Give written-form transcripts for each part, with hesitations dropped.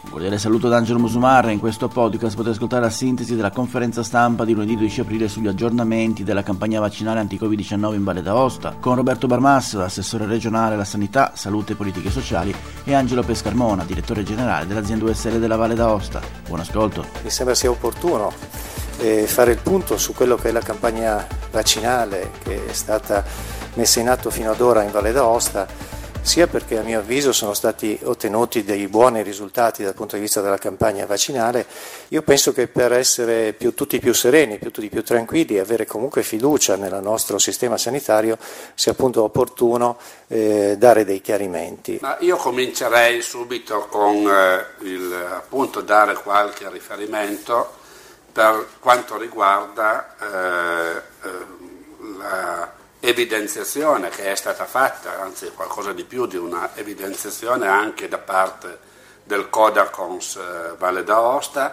Un cordiale saluto da Angelo Musumarra. In questo podcast potete ascoltare la sintesi della conferenza stampa di lunedì 12 aprile sugli aggiornamenti della campagna vaccinale anti-Covid-19 in Valle d'Aosta, con Roberto Barmasso, assessore regionale alla sanità, salute e politiche sociali, e Angelo Pescarmona, direttore generale dell'azienda USL della Valle d'Aosta. Buon ascolto. Mi sembra sia opportuno fare il punto su quello che è la campagna vaccinale che è stata messa in atto fino ad ora in Valle d'Aosta, sia perché a mio avviso sono stati ottenuti dei buoni risultati dal punto di vista della campagna vaccinale. Io penso che per essere tutti più sereni, tutti più tranquilli e avere comunque fiducia nel nostro sistema sanitario sia appunto opportuno dare dei chiarimenti. Ma io comincerei subito con appunto dare qualche riferimento per quanto riguarda la evidenziazione che è stata fatta, anzi qualcosa di più di una evidenziazione anche da parte del Codacons Valle d'Aosta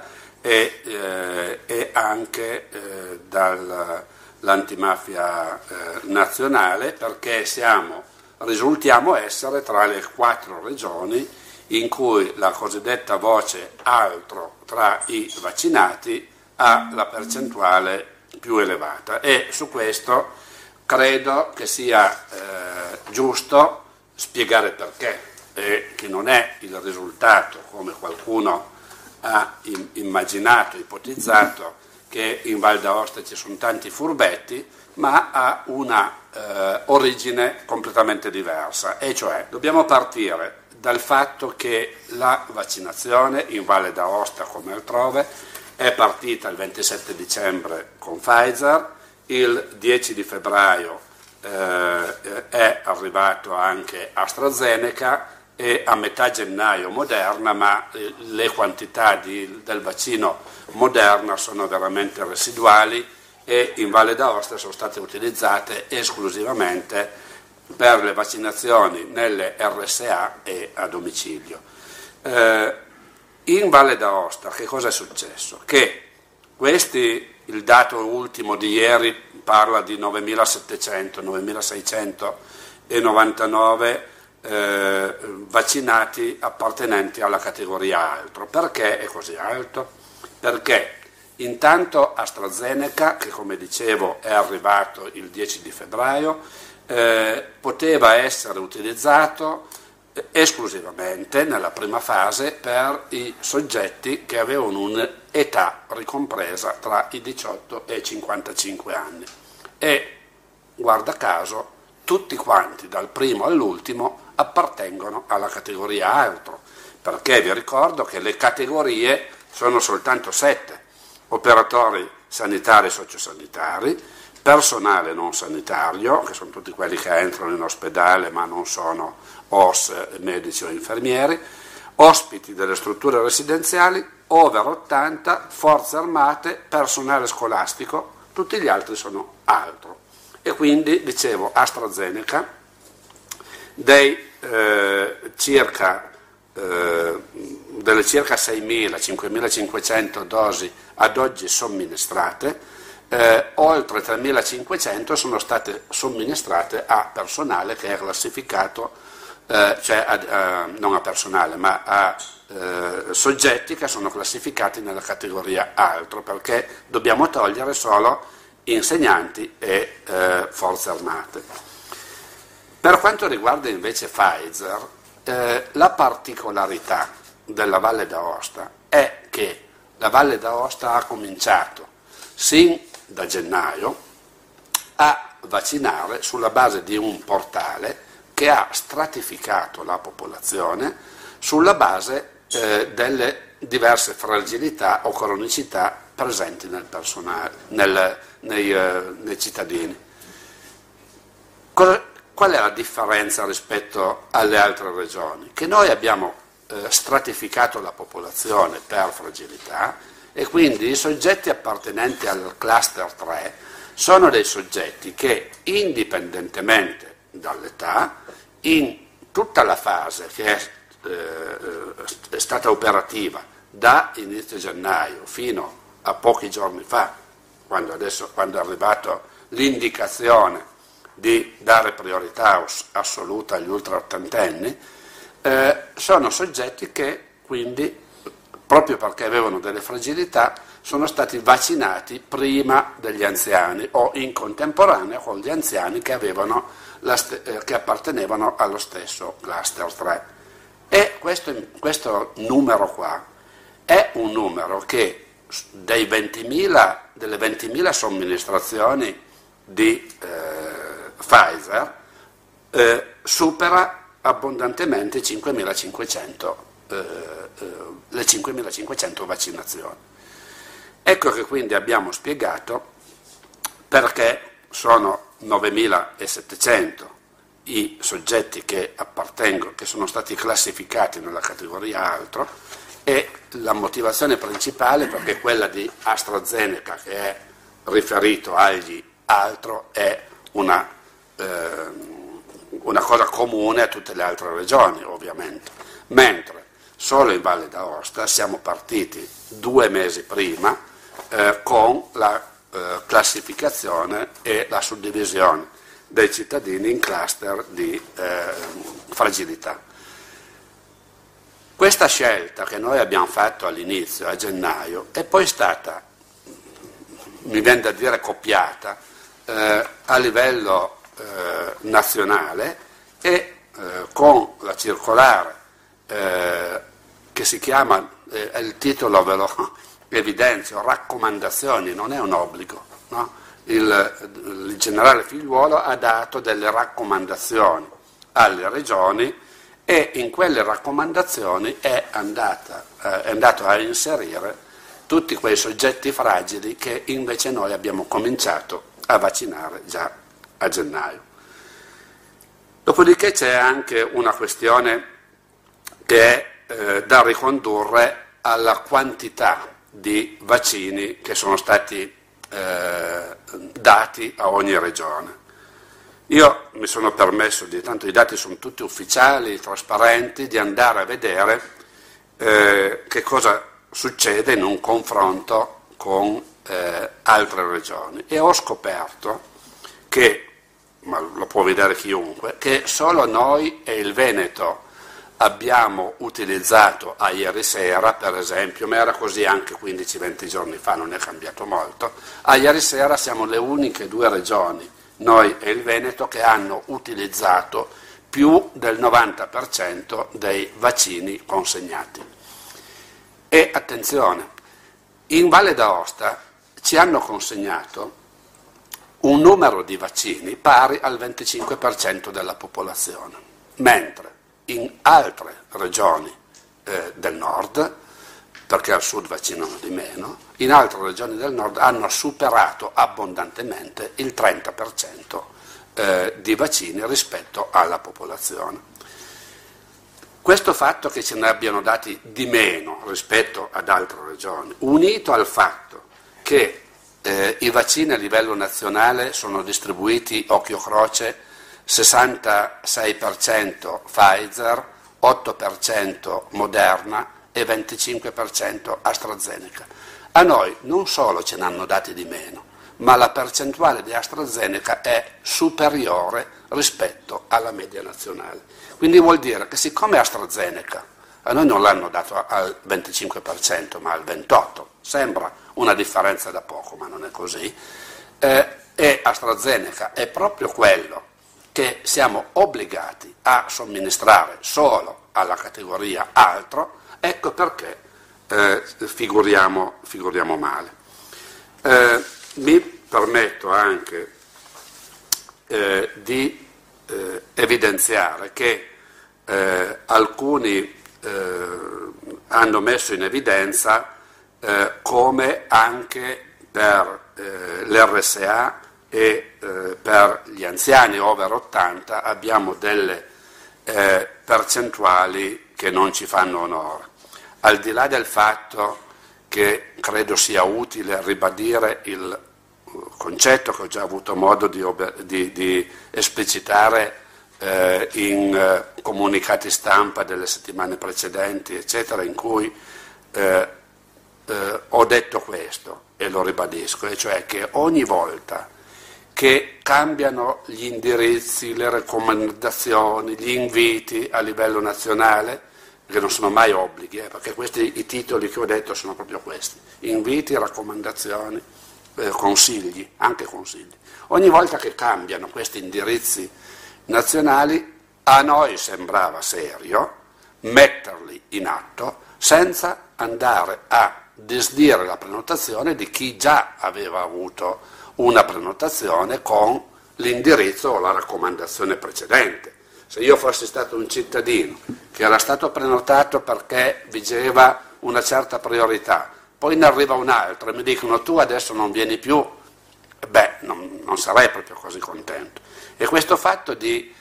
e anche dall'antimafia nazionale, perché risultiamo essere tra le 4 regioni in cui la cosiddetta voce altro tra i vaccinati ha la percentuale più elevata, e su questo credo che sia giusto spiegare perché, e che non è il risultato, come qualcuno ha immaginato, ipotizzato, che in Val d'Aosta ci sono tanti furbetti, ma ha una origine completamente diversa, e cioè dobbiamo partire dal fatto che la vaccinazione in Valle d'Aosta, come altrove, è partita il 27 dicembre con Pfizer. Il 10 di febbraio è arrivato anche AstraZeneca e a metà gennaio Moderna, ma le quantità del vaccino Moderna sono veramente residuali e in Valle d'Aosta sono state utilizzate esclusivamente per le vaccinazioni nelle RSA e a domicilio. In Valle d'Aosta che cosa è successo? Che il dato ultimo di ieri parla di 9.699 vaccinati appartenenti alla categoria altro. Perché è così alto? Perché intanto AstraZeneca, che come dicevo è arrivato il 10 di febbraio, poteva essere utilizzato esclusivamente nella prima fase per i soggetti che avevano un'età ricompresa tra i 18 e i 55 anni, e guarda caso tutti quanti dal primo all'ultimo appartengono alla categoria altro, perché vi ricordo che le categorie sono soltanto 7: operatori sanitari e sociosanitari, personale non sanitario, che sono tutti quelli che entrano in ospedale ma non sono OS, medici o infermieri, ospiti delle strutture residenziali, over 80, forze armate, personale scolastico, tutti gli altri sono altro. E quindi, dicevo, AstraZeneca, delle circa 6.000-5.500 dosi ad oggi somministrate, oltre 3.500 sono state somministrate a personale che è classificato, non a personale, ma a soggetti che sono classificati nella categoria altro, perché dobbiamo togliere solo insegnanti e forze armate. Per quanto riguarda invece Pfizer, la particolarità della Valle d'Aosta è che la Valle d'Aosta ha cominciato sin da gennaio a vaccinare sulla base di un portale che ha stratificato la popolazione sulla base delle diverse fragilità o cronicità presenti nel personale, nei cittadini. Qual è la differenza rispetto alle altre regioni? Che noi abbiamo stratificato la popolazione per fragilità, e quindi i soggetti appartenenti al cluster 3 sono dei soggetti che, indipendentemente dall'età, in tutta la fase che è stata operativa da inizio gennaio fino a pochi giorni fa, quando è arrivata l'indicazione di dare priorità assoluta agli ultraottantenni, sono soggetti che quindi proprio perché avevano delle fragilità, sono stati vaccinati prima degli anziani o in contemporanea con gli anziani che appartenevano allo stesso cluster 3. E questo numero qua è un numero che delle 20.000 somministrazioni di Pfizer supera abbondantemente le 5.500 vaccinazioni. Ecco che quindi abbiamo spiegato perché sono 9.700 i soggetti che sono stati classificati nella categoria altro, e la motivazione principale, perché quella di AstraZeneca, che è riferito agli altro, è una cosa comune a tutte le altre regioni, ovviamente, mentre solo in Valle d'Aosta siamo partiti 2 mesi prima con la classificazione e la suddivisione dei cittadini in cluster di fragilità. Questa scelta che noi abbiamo fatto all'inizio, a gennaio, è poi stata, mi viene da dire, copiata a livello nazionale, e con la circolare che si chiama, il titolo ve lo evidenzio, raccomandazioni, non è un obbligo, no? Il generale Figliuolo ha dato delle raccomandazioni alle regioni, e in quelle raccomandazioni è andato a inserire tutti quei soggetti fragili che invece noi abbiamo cominciato a vaccinare già a gennaio. Dopodiché c'è anche una questione che è da ricondurre alla quantità di vaccini che sono stati dati a ogni regione. Io mi sono permesso, tanto i dati sono tutti ufficiali, trasparenti, di andare a vedere che cosa succede in un confronto con altre regioni, e ho scoperto che, ma lo può vedere chiunque, che solo noi e il Veneto abbiamo utilizzato a ieri sera, per esempio, ma era così anche 15-20 giorni fa, non è cambiato molto, a ieri sera siamo le uniche 2 regioni, noi e il Veneto, che hanno utilizzato più del 90% dei vaccini consegnati. E attenzione, in Valle d'Aosta ci hanno consegnato un numero di vaccini pari al 25% della popolazione, mentre in altre regioni del nord, perché al sud vaccinano di meno, in altre regioni del nord hanno superato abbondantemente il 30% di vaccini rispetto alla popolazione. Questo fatto che ce ne abbiano dati di meno rispetto ad altre regioni, unito al fatto che i vaccini a livello nazionale sono distribuiti occhio croce 66% Pfizer, 8% Moderna e 25% AstraZeneca. A noi non solo ce ne hanno dati di meno, ma la percentuale di AstraZeneca è superiore rispetto alla media nazionale. Quindi vuol dire che siccome AstraZeneca a noi non l'hanno dato al 25% ma al 28%, sembra una differenza da poco ma non è così, e AstraZeneca è proprio quello che siamo obbligati a somministrare solo alla categoria altro, ecco perché figuriamo male. Mi permetto anche di evidenziare che alcuni hanno messo in evidenza come anche per l'RSA e per gli anziani over 80 abbiamo delle percentuali che non ci fanno onore. Al di là del fatto che credo sia utile ribadire il concetto che ho già avuto modo di esplicitare in comunicati stampa delle settimane precedenti, eccetera, in cui ho detto questo e lo ribadisco, e cioè che ogni volta che cambiano gli indirizzi, le raccomandazioni, gli inviti a livello nazionale, che non sono mai obblighi, perché i titoli che ho detto sono proprio questi: inviti, raccomandazioni, consigli, anche consigli. Ogni volta che cambiano questi indirizzi nazionali, a noi sembrava serio metterli in atto senza andare a disdire la prenotazione di chi già aveva avuto una prenotazione con l'indirizzo o la raccomandazione precedente. Se io fossi stato un cittadino che era stato prenotato perché vigeva una certa priorità, poi ne arriva un altro e mi dicono tu adesso non vieni più, non sarei proprio così contento. E questo fatto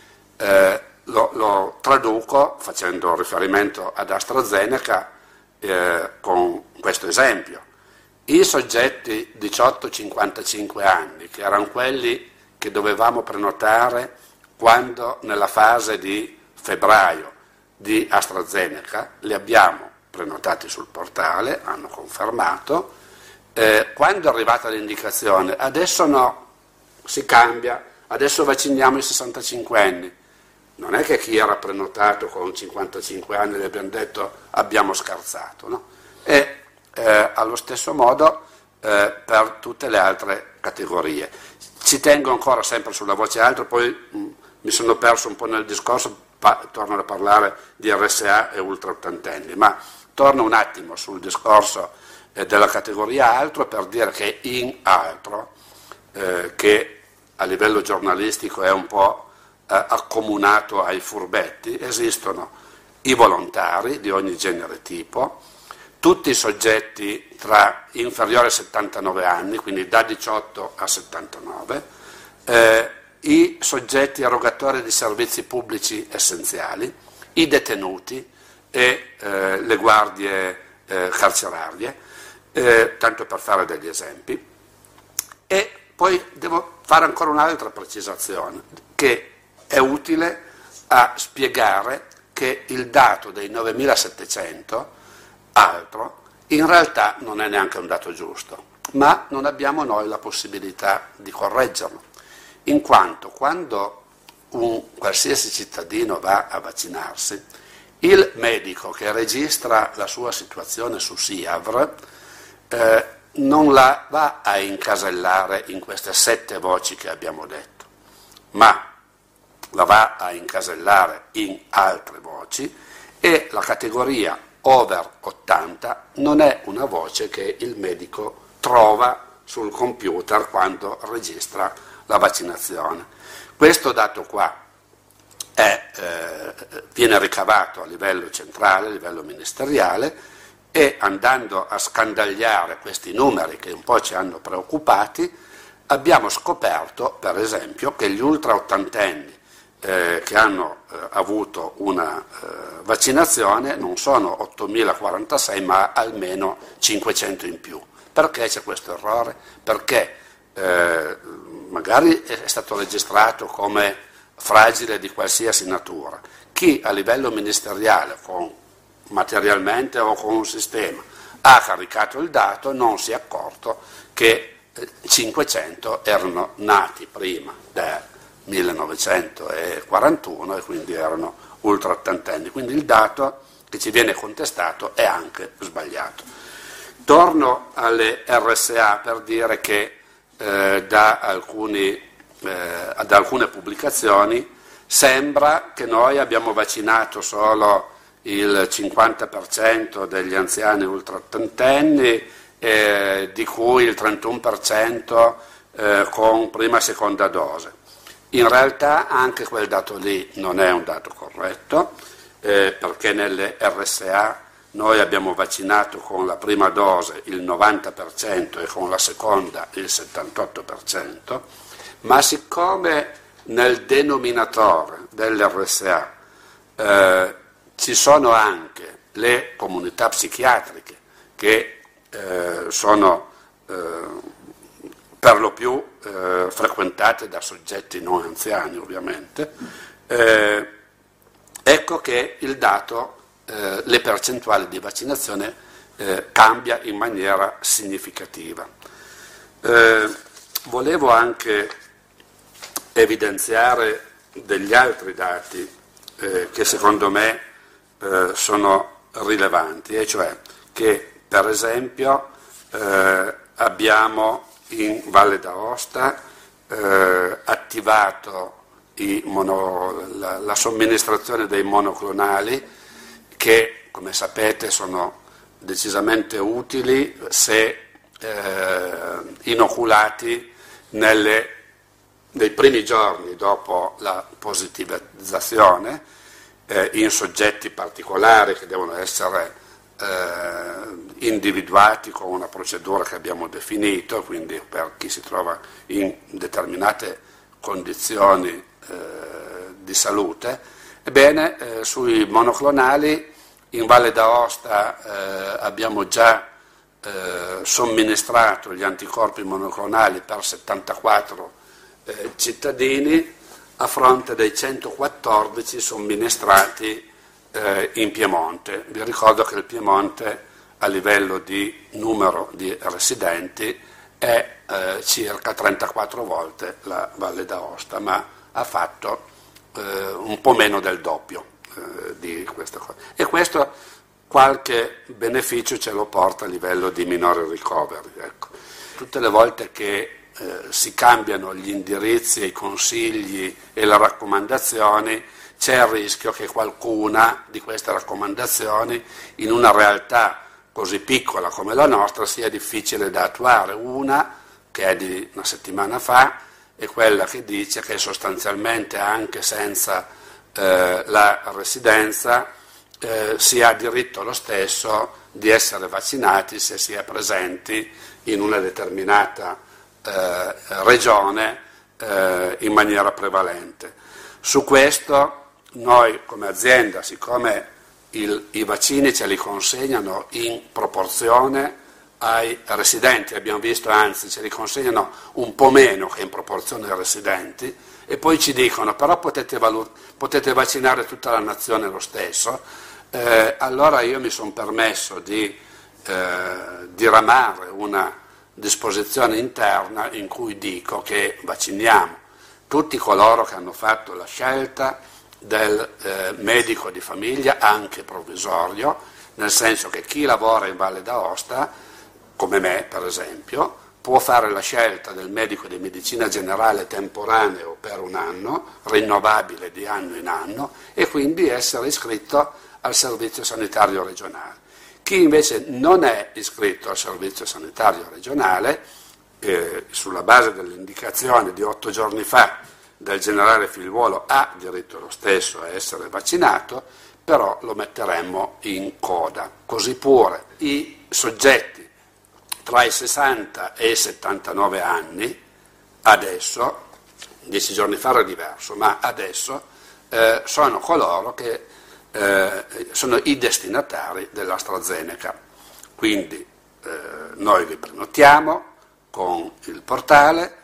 lo traduco facendo riferimento ad AstraZeneca con questo esempio. I soggetti 18-55 anni, che erano quelli che dovevamo prenotare quando nella fase di febbraio di AstraZeneca, li abbiamo prenotati sul portale, hanno confermato, quando è arrivata l'indicazione, adesso no, si cambia, adesso vacciniamo i 65 anni. Non è che chi era prenotato con 55 anni le abbiamo detto abbiamo scherzato, no? E allo stesso modo per tutte le altre categorie. Ci tengo ancora sempre sulla voce alta, poi mi sono perso un po' nel discorso, torno a parlare di RSA e ultraottantenni, ma torno un attimo sul discorso della categoria altro per dire che in altro, che a livello giornalistico è un po' accomunato ai furbetti, esistono i volontari di ogni genere e tipo, tutti i soggetti tra inferiori a 79 anni, quindi da 18 a 79, i soggetti erogatori di servizi pubblici essenziali, i detenuti e le guardie carcerarie, tanto per fare degli esempi. E poi devo fare ancora un'altra precisazione, che è utile a spiegare che il dato dei 9.700 altro in realtà non è neanche un dato giusto, ma non abbiamo noi la possibilità di correggerlo, in quanto quando un qualsiasi cittadino va a vaccinarsi, il medico che registra la sua situazione su SIAVR non la va a incasellare in queste 7 voci che abbiamo detto, ma la va a incasellare in altre voci, e la categoria over 80 non è una voce che il medico trova sul computer quando registra la vaccinazione. Questo dato qua viene ricavato a livello centrale, a livello ministeriale, e andando a scandagliare questi numeri che un po' ci hanno preoccupati, abbiamo scoperto, per esempio, che gli ultraottantenni che hanno avuto una vaccinazione non sono 8.046 ma almeno 500 in più. Perché c'è questo errore? Perché magari è stato registrato come fragile di qualsiasi natura. Chi a livello ministeriale, materialmente o con un sistema, ha caricato il dato non si è accorto che 500 erano nati prima del 1941 e quindi erano ultraottantenni, quindi il dato che ci viene contestato è anche sbagliato. Torno alle RSA per dire che da alcune pubblicazioni sembra che noi abbiamo vaccinato solo il 50% degli anziani ultraottantenni, di cui il 31% con prima e seconda dose. In realtà anche quel dato lì non è un dato corretto, perché nelle RSA noi abbiamo vaccinato con la prima dose il 90% e con la seconda il 78%, ma siccome nel denominatore dell'RSA ci sono anche le comunità psichiatriche che sono per lo più frequentate da soggetti non anziani ovviamente, ecco che il dato, le percentuali di vaccinazione cambia in maniera significativa. Volevo anche evidenziare degli altri dati che secondo me sono rilevanti, e cioè che per esempio abbiamo in Valle d'Aosta attivato la somministrazione dei monoclonali che, come sapete, sono decisamente utili se inoculati nei primi giorni dopo la positivizzazione in soggetti particolari che devono essere individuati con una procedura che abbiamo definito, quindi per chi si trova in determinate condizioni di salute. Ebbene, sui monoclonali in Valle d'Aosta abbiamo già somministrato gli anticorpi monoclonali per 74 cittadini a fronte dei 114 somministrati in Piemonte. Vi ricordo che il Piemonte a livello di numero di residenti è circa 34 volte la Valle d'Aosta, ma ha fatto un po' meno del doppio di questa cosa. E questo qualche beneficio ce lo porta a livello di minore ricoveri. Ecco. Tutte le volte che si cambiano gli indirizzi, i consigli e le raccomandazioni, c'è il rischio che qualcuna di queste raccomandazioni in una realtà così piccola come la nostra sia difficile da attuare. Una, che è di una settimana fa, è quella che dice che sostanzialmente anche senza la residenza si ha diritto lo stesso di essere vaccinati se si è presenti in una determinata regione in maniera prevalente. Su questo noi come azienda, siccome i vaccini ce li consegnano in proporzione ai residenti, abbiamo visto anzi ce li consegnano un po' meno che in proporzione ai residenti, e poi ci dicono però potete vaccinare tutta la nazione lo stesso, allora io mi sono permesso di diramare una disposizione interna in cui dico che vacciniamo tutti coloro che hanno fatto la scelta del medico di famiglia, anche provvisorio, nel senso che chi lavora in Valle d'Aosta, come me per esempio, può fare la scelta del medico di medicina generale temporaneo per un anno, rinnovabile di anno in anno, e quindi essere iscritto al servizio sanitario regionale. Chi invece non è iscritto al servizio sanitario regionale, sulla base dell'indicazione di 8 giorni fa del generale Figliuolo, ha diritto lo stesso a essere vaccinato, però lo metteremmo in coda. Così pure i soggetti tra i 60 e i 79 anni, adesso, 10 giorni fa era diverso, ma adesso sono coloro che sono i destinatari dell'AstraZeneca. Quindi noi li prenotiamo con il portale.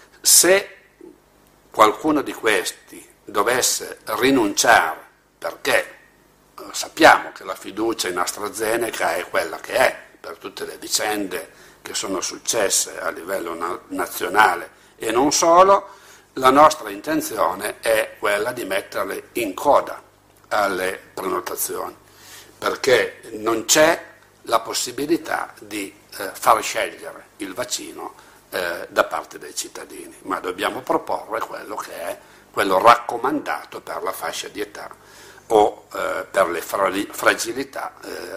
Se qualcuno di questi dovesse rinunciare, perché sappiamo che la fiducia in AstraZeneca è quella che è, per tutte le vicende che sono successe a livello nazionale e non solo, la nostra intenzione è quella di metterle in coda alle prenotazioni, perché non c'è la possibilità di far scegliere il vaccino da parte dei cittadini, ma dobbiamo proporre quello che è quello raccomandato per la fascia di età o per le fragilità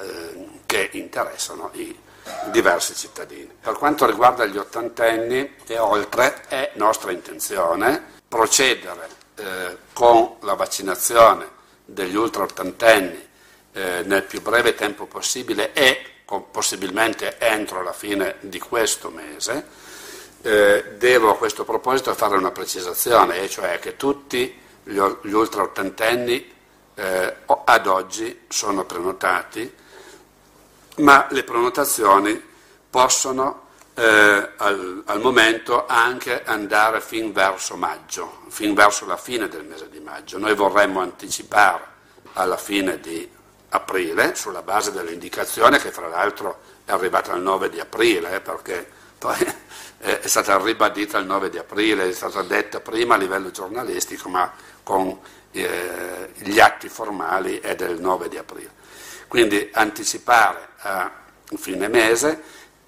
che interessano i diversi cittadini. Per quanto riguarda gli ottantenni e oltre, è nostra intenzione procedere con la vaccinazione degli ultra ottantenni nel più breve tempo possibile e possibilmente entro la fine di questo mese. Devo a questo proposito fare una precisazione, e cioè che tutti gli ultra ottantenni ad oggi sono prenotati, ma le prenotazioni possono al momento anche andare fin verso maggio, fin verso la fine del mese di maggio. Noi vorremmo anticipare alla fine di aprile, sulla base dell'indicazione che fra l'altro è arrivata al 9 di aprile, perché poi è stata ribadita il 9 di aprile, è stata detta prima a livello giornalistico, ma con gli atti formali è del 9 di aprile. Quindi anticipare a fine mese,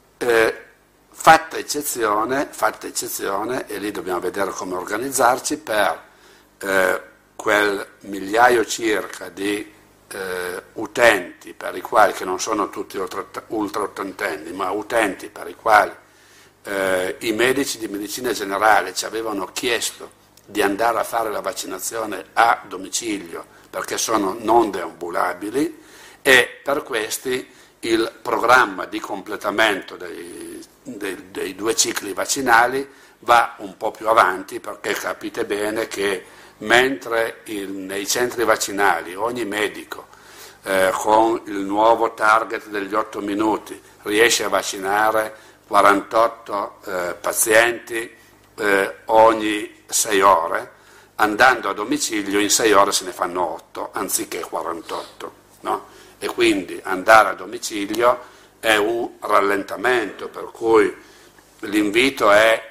fatta eccezione, e lì dobbiamo vedere come organizzarci, per quel migliaio circa di utenti per i quali, che non sono tutti ultra ottantenni, ma utenti per i quali i medici di medicina generale ci avevano chiesto di andare a fare la vaccinazione a domicilio perché sono non deambulabili, e per questi il programma di completamento dei 2 cicli vaccinali va un po' più avanti, perché capite bene che mentre nei centri vaccinali ogni medico con il nuovo target degli 8 minuti riesce a vaccinare 48 pazienti ogni 6 ore, andando a domicilio in 6 ore se ne fanno 8 anziché 48, no? E quindi andare a domicilio è un rallentamento, per cui l'invito è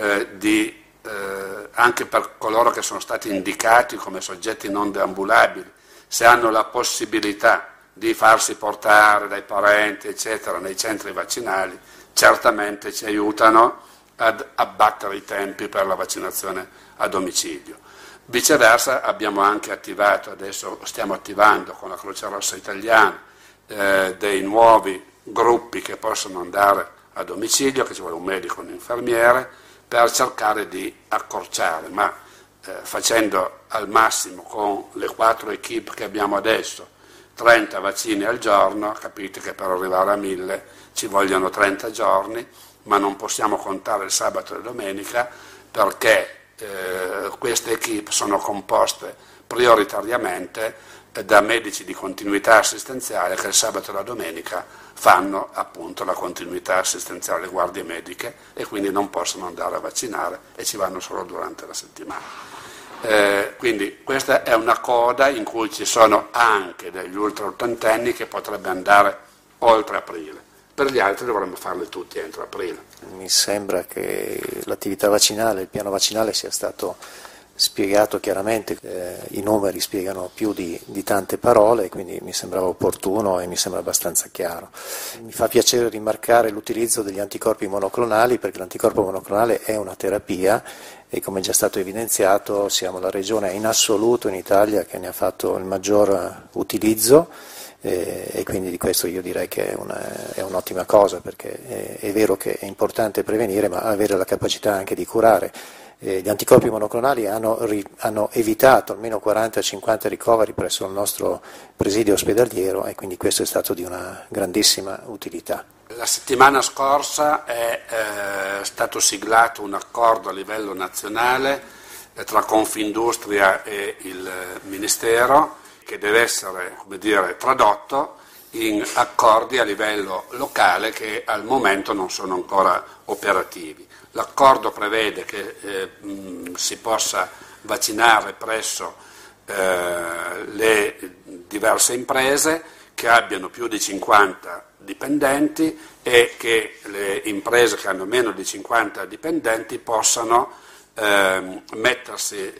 anche per coloro che sono stati indicati come soggetti non deambulabili, se hanno la possibilità di farsi portare dai parenti eccetera nei centri vaccinali, certamente ci aiutano ad abbattere i tempi per la vaccinazione a domicilio. Viceversa abbiamo anche attivato, adesso stiamo attivando con la Croce Rossa Italiana dei nuovi gruppi che possono andare a domicilio, che ci vuole un medico e un infermiere, per cercare di accorciare, ma facendo al massimo con le 4 equip che abbiamo adesso 30 vaccini al giorno. Capite che per arrivare a 1000 ci vogliono 30 giorni, ma non possiamo contare il sabato e la domenica, perché queste equip sono composte prioritariamente da medici di continuità assistenziale che il sabato e la domenica fanno appunto la continuità assistenziale, le guardie mediche, e quindi non possono andare a vaccinare e ci vanno solo durante la settimana. Quindi questa è una coda in cui ci sono anche degli ultra ottantenni che potrebbe andare oltre aprile. Per gli altri dovremmo farle tutti entro aprile. Mi sembra che l'attività vaccinale, il piano vaccinale sia stato spiegato chiaramente, i numeri spiegano più di tante parole, quindi mi sembrava opportuno e mi sembra abbastanza chiaro. Mi fa piacere rimarcare l'utilizzo degli anticorpi monoclonali, perché l'anticorpo monoclonale è una terapia e, come è già stato evidenziato, siamo la regione in assoluto in Italia che ne ha fatto il maggior utilizzo. E quindi di questo io direi che è un'ottima cosa, perché è vero che è importante prevenire, ma avere la capacità anche di curare. Gli anticorpi monoclonali hanno evitato almeno 40-50 ricoveri presso il nostro presidio ospedaliero, e quindi questo è stato di una grandissima utilità. La settimana scorsa è stato siglato un accordo a livello nazionale tra Confindustria e il Ministero, che deve essere, come dire, tradotto in accordi a livello locale che al momento non sono ancora operativi. L'accordo prevede che si possa vaccinare presso le diverse imprese che abbiano più di 50 dipendenti, e che le imprese che hanno meno di 50 dipendenti possano mettersi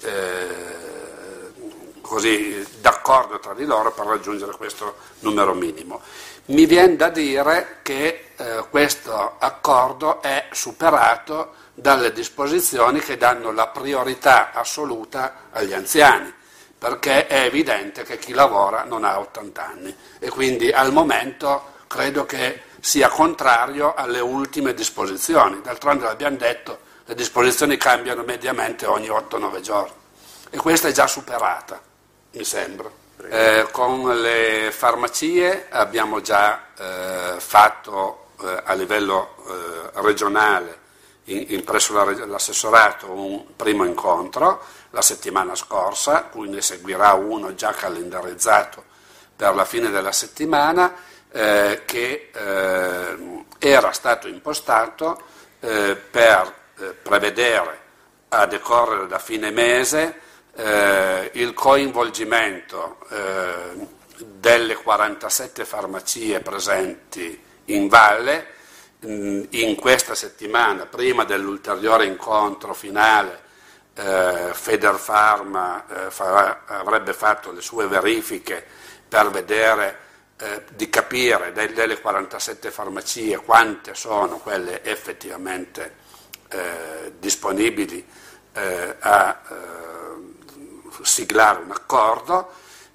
così d'accordo tra di loro per raggiungere questo numero minimo. Mi viene da dire che questo accordo è superato dalle disposizioni che danno la priorità assoluta agli anziani, perché è evidente che chi lavora non ha 80 anni e quindi al momento credo che sia contrario alle ultime disposizioni. D'altronde l'abbiamo detto, le disposizioni cambiano mediamente ogni 8-9 giorni e questa è già superata, mi sembra. Con le farmacie abbiamo già fatto a livello regionale presso l'assessorato un primo incontro la settimana scorsa, cui ne seguirà uno già calendarizzato per la fine della settimana, che era stato impostato per prevedere a decorrere da fine mese il coinvolgimento delle 47 farmacie presenti in valle in questa settimana, prima dell'ulteriore incontro finale, Federpharma avrebbe fatto le sue verifiche per vedere di capire delle 47 farmacie quante sono quelle effettivamente disponibili a siglare un accordo,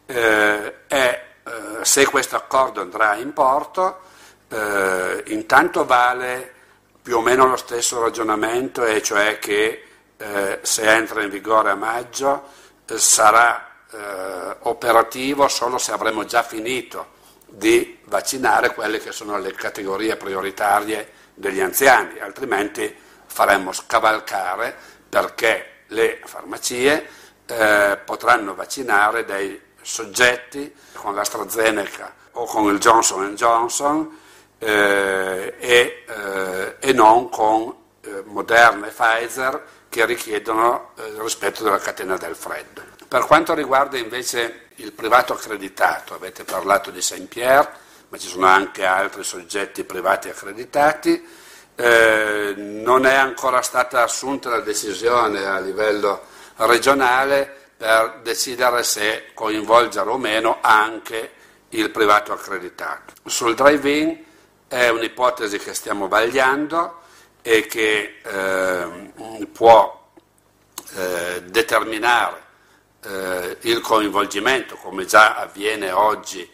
se questo accordo andrà in porto, intanto vale più o meno lo stesso ragionamento, e cioè che se entra in vigore a maggio sarà operativo solo se avremo già finito di vaccinare quelle che sono le categorie prioritarie degli anziani, altrimenti faremmo scavalcare, perché le farmacie potranno vaccinare dei soggetti con l'AstraZeneca o con il Johnson & Johnson e non con Moderna e Pfizer, che richiedono il rispetto della catena del freddo. Per quanto riguarda invece il privato accreditato, avete parlato di Saint-Pierre, ma ci sono anche altri soggetti privati accreditati. Non è ancora stata assunta la decisione a livello regionale per decidere se coinvolgere o meno anche il privato accreditato. Sul drive-in è un'ipotesi che stiamo vagliando e che può determinare il coinvolgimento, come già avviene oggi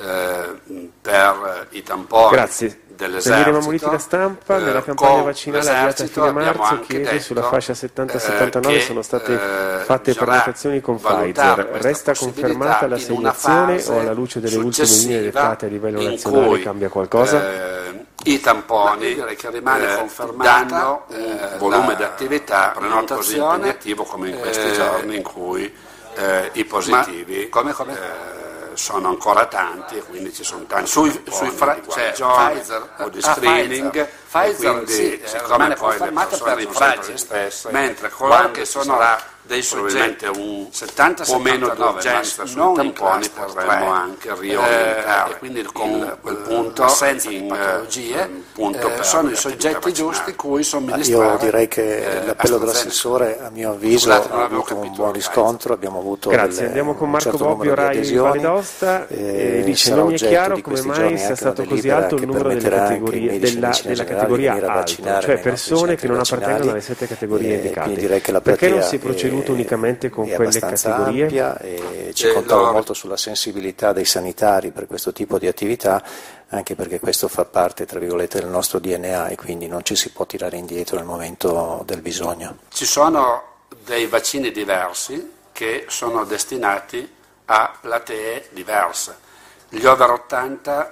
per i tamponi. Grazie. Dell'esercito. Muniti da stampa, nella campagna vaccinale avviata a fine marzo, Chiesi sulla fascia 70-79 sono state fatte prenotazioni con Pfizer. Resta confermata l'assegnazione o alla luce delle ultime linee dettate a livello nazionale cambia qualcosa? I tamponi, direi che rimane confermato un volume di attività non così impegnativo come in questi giorni in cui i positivi sono ancora tanti, e quindi ci sono tanti Pfizer o di screening, Pfizer quindi rimane confermata per i fragili stesse, mentre coloro che sono dei soggetti un 70 o meno di urgenza sui tamponi potremmo anche riorientare, e quindi con quel punto senza patologie sono i soggetti giusti cui somministrare. Io direi che l'appello dell'assessore, a mio avviso, ha avuto un buon riscontro, abbiamo avuto andiamo con Marco certo Bobbio, Rai Valle d'Aosta, dice non mi è chiaro come mai sia stato così alto il numero delle categorie della categoria alto, cioè persone che non appartengono alle 7 categorie indicate. Perché non si è proceduto unicamente con quelle categorie? Ampia, e ci contavo molto sulla sensibilità dei sanitari per questo tipo di attività, anche perché questo fa parte, tra virgolette, del nostro DNA, e quindi non ci si può tirare indietro nel momento del bisogno. Ci sono dei vaccini diversi che sono destinati a platee diverse. Gli over 80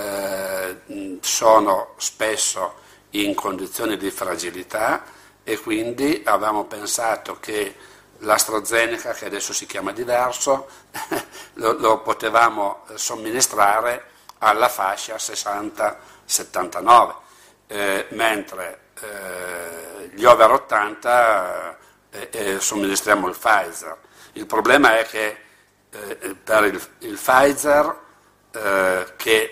sono spesso in condizioni di fragilità, e quindi avevamo pensato che l'AstraZeneca, che adesso si chiama diverso, lo potevamo somministrare alla fascia 60-79, mentre gli over 80 somministriamo il Pfizer. Il problema è che per il Pfizer, che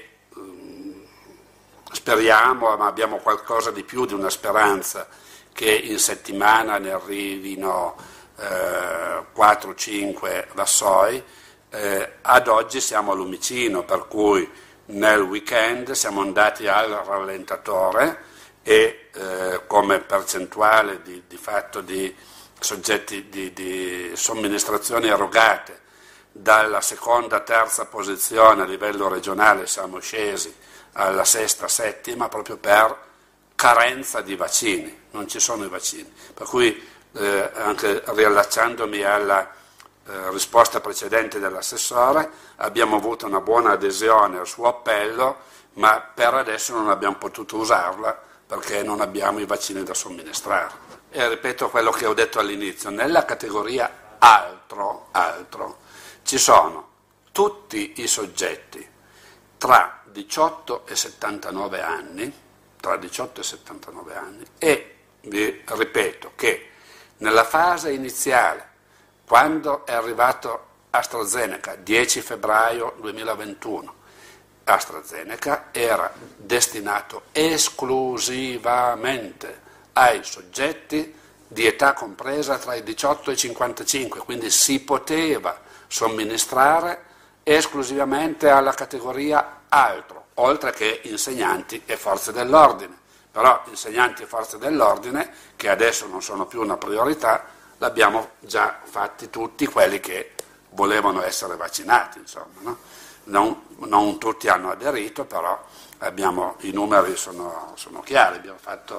speriamo, ma abbiamo qualcosa di più di una speranza, che in settimana ne arrivino 4-5 vassoi, ad oggi siamo a Lumicino, per cui nel weekend siamo andati al rallentatore, e come percentuale di fatto di soggetti di somministrazioni erogate dalla seconda, terza posizione a livello regionale siamo scesi alla sesta, settima, proprio per carenza di vaccini, non ci sono i vaccini, per cui anche riallacciandomi alla risposta precedente dell'assessore, abbiamo avuto una buona adesione al suo appello, ma per adesso non abbiamo potuto usarla perché non abbiamo i vaccini da somministrare. E ripeto quello che ho detto all'inizio, nella categoria altro ci sono tutti i soggetti tra 18 e 79 anni, e vi ripeto che nella fase iniziale, quando è arrivato AstraZeneca, 10 febbraio 2021, AstraZeneca era destinato esclusivamente ai soggetti di età compresa tra i 18 e i 55, quindi si poteva somministrare esclusivamente alla categoria altro, oltre che insegnanti e forze dell'ordine. Però insegnanti e forze dell'ordine, che adesso non sono più una priorità, l'abbiamo già fatti tutti quelli che volevano essere vaccinati, insomma, no? Non tutti hanno aderito, però i numeri sono chiari, abbiamo fatto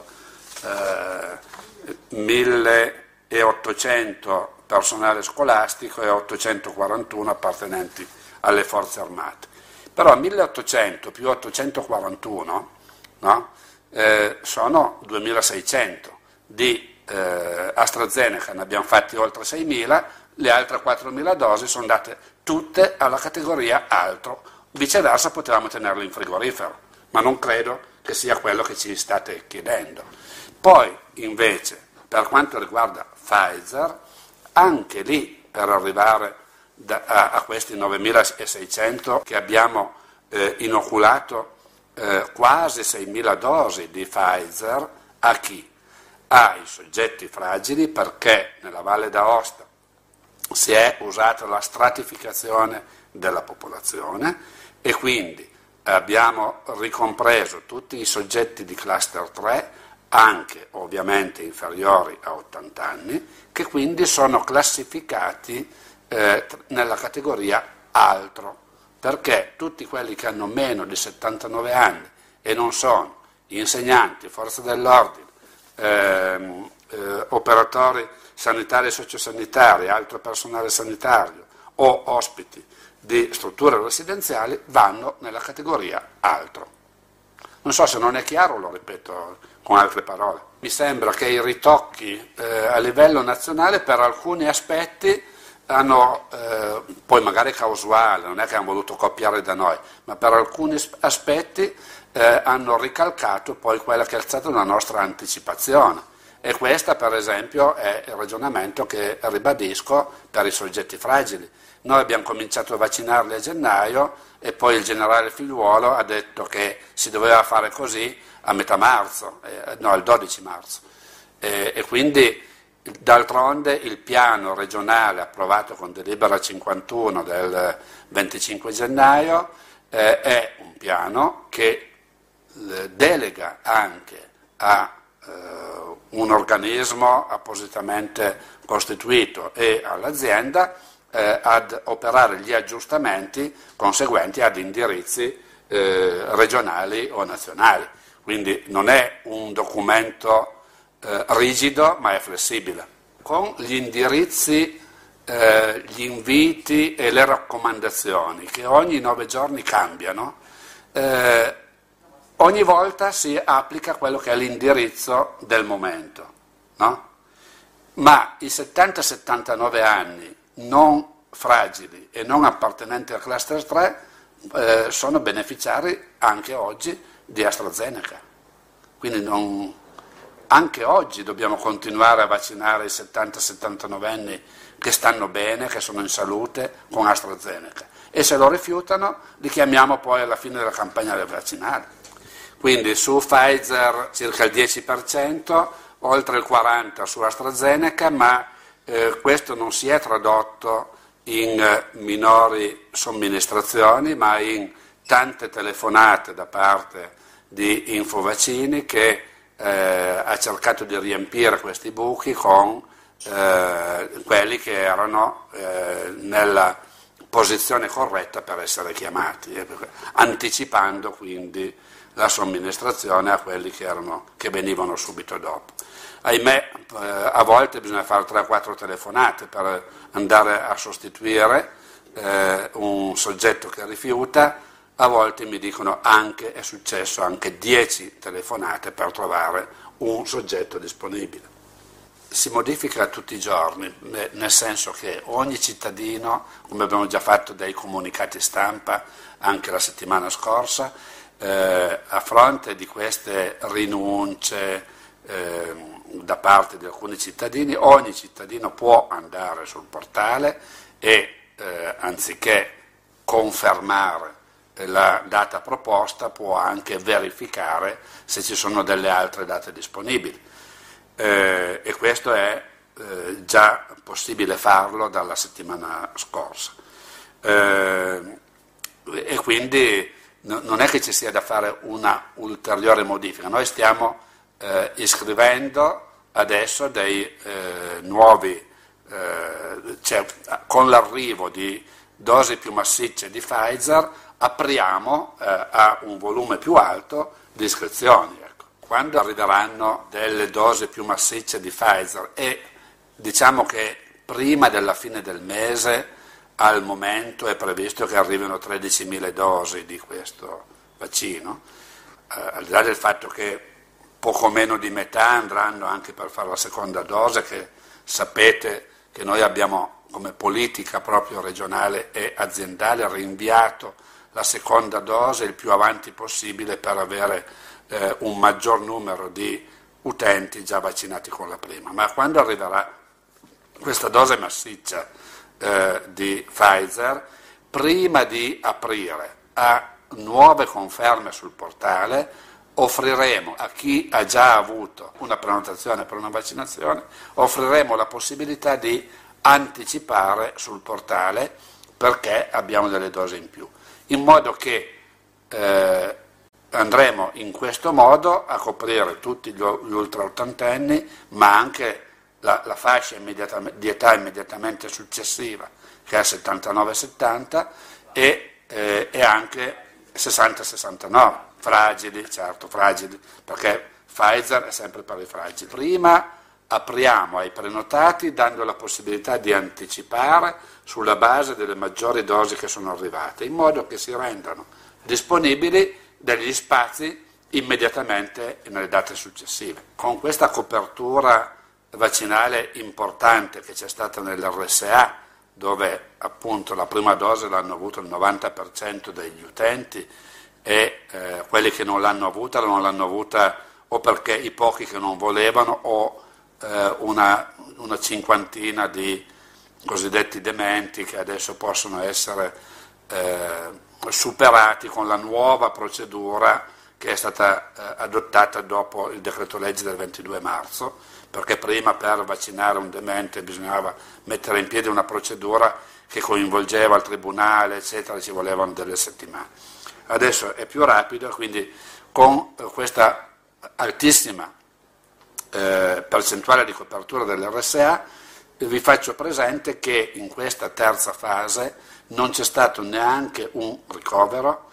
1.800 personale scolastico e 841 appartenenti alle forze armate. Però 1.800 più 841, no? Sono 2.600. Di AstraZeneca ne abbiamo fatti oltre 6.000, le altre 4.000 dosi sono andate tutte alla categoria altro, viceversa potevamo tenerle in frigorifero, ma non credo che sia quello che ci state chiedendo. Poi invece per quanto riguarda Pfizer, anche lì per arrivare a questi 9.600 che abbiamo inoculato quasi 6.000 dosi di Pfizer, a chi? Ai soggetti fragili, perché nella Valle d'Aosta si è usata la stratificazione della popolazione e quindi abbiamo ricompreso tutti i soggetti di cluster 3, anche ovviamente inferiori a 80 anni, che quindi sono classificati nella categoria altro, perché tutti quelli che hanno meno di 79 anni e non sono insegnanti, forze dell'ordine, operatori sanitari e sociosanitari, altro personale sanitario o ospiti di strutture residenziali vanno nella categoria altro. Non so se non è chiaro, lo ripeto con altre parole. Mi sembra che i ritocchi a livello nazionale per alcuni aspetti hanno, poi magari casuale, non è che hanno voluto copiare da noi, ma per alcuni aspetti hanno ricalcato poi quella che è stata una nostra anticipazione. E questo per esempio è il ragionamento che ribadisco per i soggetti fragili. Noi abbiamo cominciato a vaccinarli a gennaio e poi il generale Figliuolo ha detto che si doveva fare così a metà marzo, il 12 marzo. E quindi d'altronde il piano regionale approvato con delibera 51 del 25 gennaio è un piano che delega anche a un organismo appositamente costituito e all'azienda ad operare gli aggiustamenti conseguenti ad indirizzi regionali o nazionali. Quindi non è un documento rigido, ma è flessibile. Con gli indirizzi, gli inviti e le raccomandazioni che ogni 9 giorni cambiano, ogni volta si applica quello che è l'indirizzo del momento, no? Ma i 70-79 anni non fragili e non appartenenti al cluster 3 sono beneficiari anche oggi di AstraZeneca. Quindi anche oggi dobbiamo continuare a vaccinare i 70-79 anni che stanno bene, che sono in salute con AstraZeneca. E se lo rifiutano li chiamiamo poi alla fine della campagna vaccinale. Quindi su Pfizer circa il 10%, oltre il 40% su AstraZeneca, ma questo non si è tradotto in minori somministrazioni, ma in tante telefonate da parte di Infovaccini che ha cercato di riempire questi buchi con quelli che erano nella posizione corretta per essere chiamati, anticipando quindi la somministrazione a quelli che venivano subito dopo. Ahimè, a volte bisogna fare 3-4 telefonate per andare a sostituire un soggetto che rifiuta, a volte mi dicono è successo anche 10 telefonate per trovare un soggetto disponibile. Si modifica tutti i giorni, nel senso che ogni cittadino, come abbiamo già fatto dai comunicati stampa anche la settimana scorsa, a fronte di queste rinunce da parte di alcuni cittadini, ogni cittadino può andare sul portale e anziché confermare la data proposta può anche verificare se ci sono delle altre date disponibili, e questo è già possibile farlo dalla settimana scorsa, e quindi non è che ci sia da fare una ulteriore modifica. Noi stiamo iscrivendo adesso dei nuovi, cioè, con l'arrivo di dosi più massicce di Pfizer apriamo a un volume più alto di iscrizioni. Ecco. Quando arriveranno delle dosi più massicce di Pfizer, e diciamo che prima della fine del mese al momento è previsto che arrivino 13.000 dosi di questo vaccino, al di là del fatto che poco meno di metà andranno anche per fare la seconda dose, che sapete che noi abbiamo come politica proprio regionale e aziendale rinviato la seconda dose il più avanti possibile per avere un maggior numero di utenti già vaccinati con la prima. Ma quando arriverà questa dose massiccia di Pfizer, prima di aprire a nuove conferme sul portale, offriremo a chi ha già avuto una prenotazione per una vaccinazione, offriremo la possibilità di anticipare sul portale perché abbiamo delle dosi in più, in modo che andremo in questo modo a coprire tutti gli ultra ottantenni, ma anche la fascia di età immediatamente successiva, che è 79-70, e anche 60-69, fragili, certo, fragili, perché Pfizer è sempre per i fragili. Prima apriamo ai prenotati dando la possibilità di anticipare sulla base delle maggiori dosi che sono arrivate, in modo che si rendano disponibili degli spazi immediatamente nelle date successive. Con questa copertura vaccinale importante che c'è stata nell'RSA, dove appunto la prima dose l'hanno avuto il 90% degli utenti, e quelli che non l'hanno avuta o perché i pochi che non volevano, o una cinquantina di cosiddetti dementi che adesso possono essere superati con la nuova procedura che è stata adottata dopo il decreto legge del 22 marzo, perché prima per vaccinare un demente bisognava mettere in piedi una procedura che coinvolgeva il tribunale, eccetera, ci volevano delle settimane. Adesso è più rapido, quindi con questa altissima percentuale di copertura dell'RSA vi faccio presente che in questa terza fase non c'è stato neanche un ricovero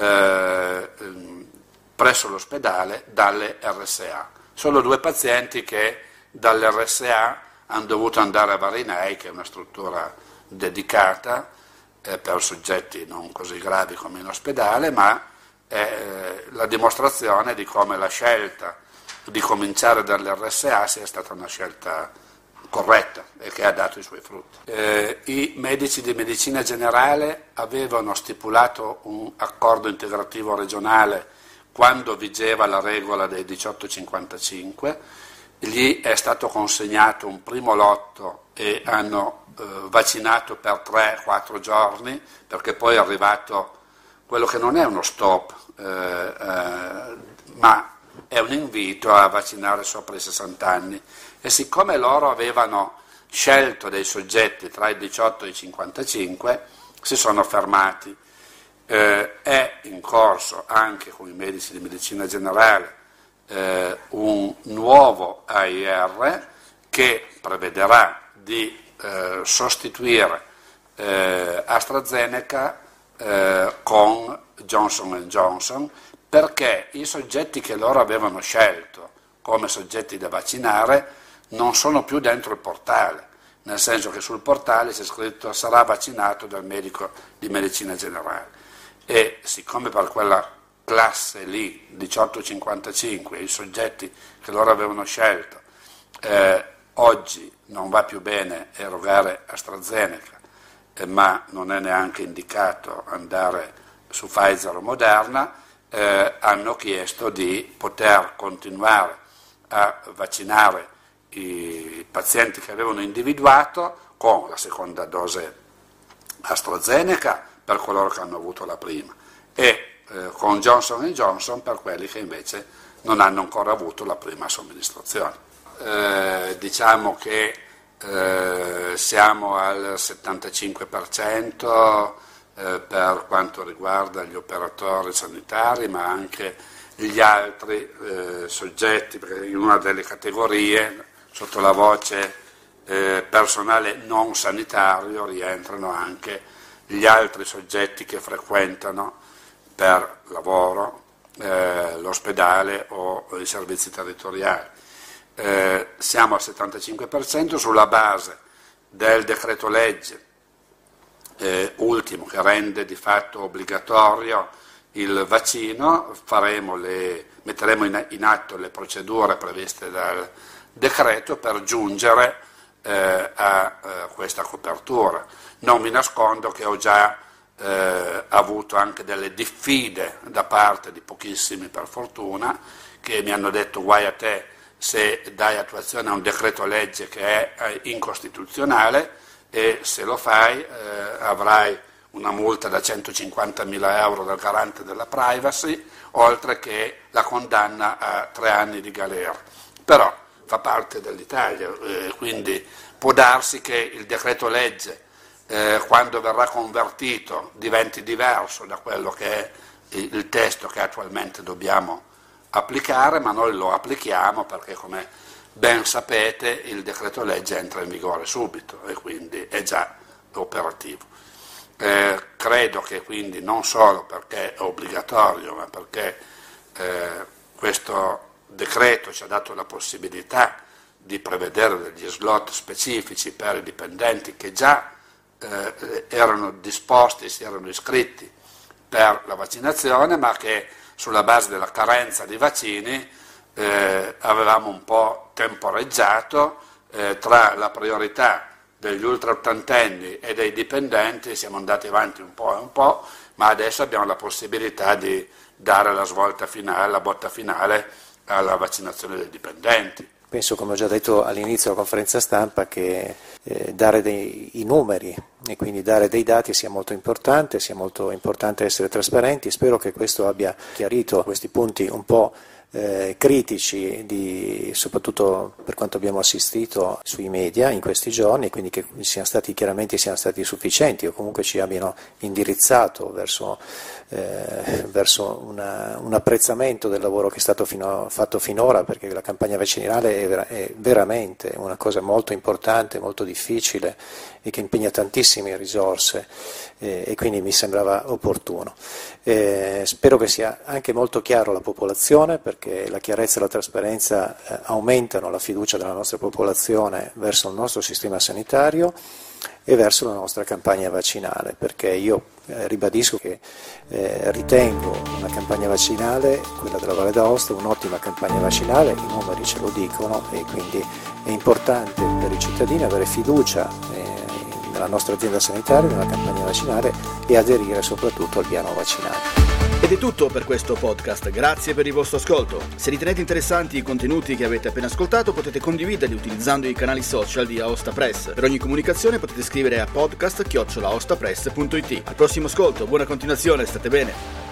presso l'ospedale dalle RSA. Solo 2 pazienti che dall'RSA hanno dovuto andare a Varinei, che è una struttura dedicata per soggetti non così gravi come in ospedale, ma è la dimostrazione di come la scelta di cominciare dall'RSA sia stata una scelta corretta e che ha dato i suoi frutti. I medici di medicina generale avevano stipulato un accordo integrativo regionale quando vigeva la regola dei 18,55, gli è stato consegnato un primo lotto e hanno vaccinato per 3-4 giorni, perché poi è arrivato quello che non è uno stop, ma è un invito a vaccinare sopra i 60 anni, e siccome loro avevano scelto dei soggetti tra i 18 e i 55, si sono fermati. È in corso anche con i medici di medicina generale un nuovo AIR che prevederà di sostituire AstraZeneca con Johnson & Johnson, perché i soggetti che loro avevano scelto come soggetti da vaccinare non sono più dentro il portale, nel senso che sul portale c'è scritto sarà vaccinato dal medico di medicina generale, e siccome per quella classe lì 18-55 i soggetti che loro avevano scelto oggi non va più bene erogare AstraZeneca, ma non è neanche indicato andare su Pfizer o Moderna, hanno chiesto di poter continuare a vaccinare i pazienti che avevano individuato con la seconda dose AstraZeneca, per coloro che hanno avuto la prima e con Johnson & Johnson per quelli che invece non hanno ancora avuto la prima somministrazione. Diciamo che siamo al 75% per quanto riguarda gli operatori sanitari, ma anche gli altri soggetti, perché in una delle categorie sotto la voce personale non sanitario rientrano anche gli altri soggetti che frequentano per lavoro l'ospedale o i servizi territoriali. Siamo al 75% sulla base del decreto legge ultimo che rende di fatto obbligatorio il vaccino. Metteremo in atto le procedure previste dal decreto per giungere a questa copertura. Non mi nascondo che ho già avuto anche delle diffide da parte di pochissimi, per fortuna, che mi hanno detto: guai a te se dai attuazione a un decreto legge che è incostituzionale, e se lo fai avrai una multa da 150.000 euro dal garante della privacy, oltre che la condanna a 3 anni di galera. Però fa parte dell'Italia, quindi può darsi che il decreto legge quando verrà convertito diventi diverso da quello che è il testo che attualmente dobbiamo applicare, ma noi lo applichiamo perché, come ben sapete, il decreto legge entra in vigore subito e quindi è già operativo. Credo che quindi non solo perché è obbligatorio, ma perché questo decreto ci ha dato la possibilità di prevedere degli slot specifici per i dipendenti che già erano disposti, si erano iscritti per la vaccinazione, ma che sulla base della carenza di vaccini avevamo un po' temporeggiato tra la priorità degli ultraottantenni e dei dipendenti. Siamo andati avanti un po', ma adesso abbiamo la possibilità di dare la svolta finale, la botta finale alla vaccinazione dei dipendenti. Penso, come ho già detto all'inizio della conferenza stampa, che dare i numeri e quindi dare dei dati sia molto importante essere trasparenti. Spero che questo abbia chiarito questi punti un po' critici, soprattutto per quanto abbiamo assistito sui media in questi giorni, e quindi che siano stati sufficienti o comunque ci abbiano indirizzato verso un apprezzamento del lavoro che è stato fatto finora, perché la campagna vaccinale è veramente una cosa molto importante, molto difficile e che impegna tantissime risorse, e quindi mi sembrava opportuno. Spero che sia anche molto chiaro alla popolazione, perché la chiarezza e la trasparenza aumentano la fiducia della nostra popolazione verso il nostro sistema sanitario e verso la nostra campagna vaccinale, perché io ribadisco che ritengo una campagna vaccinale, quella della Valle d'Aosta, un'ottima campagna vaccinale, i numeri ce lo dicono, e quindi è importante per i cittadini avere fiducia nella nostra azienda sanitaria, nella campagna vaccinale, e aderire soprattutto al piano vaccinale. Ed è tutto per questo podcast, grazie per il vostro ascolto. Se ritenete interessanti i contenuti che avete appena ascoltato, potete condividerli utilizzando i canali social di Aosta Press. Per ogni comunicazione potete scrivere a podcast@aostapress.it. Al prossimo ascolto, buona continuazione, state bene.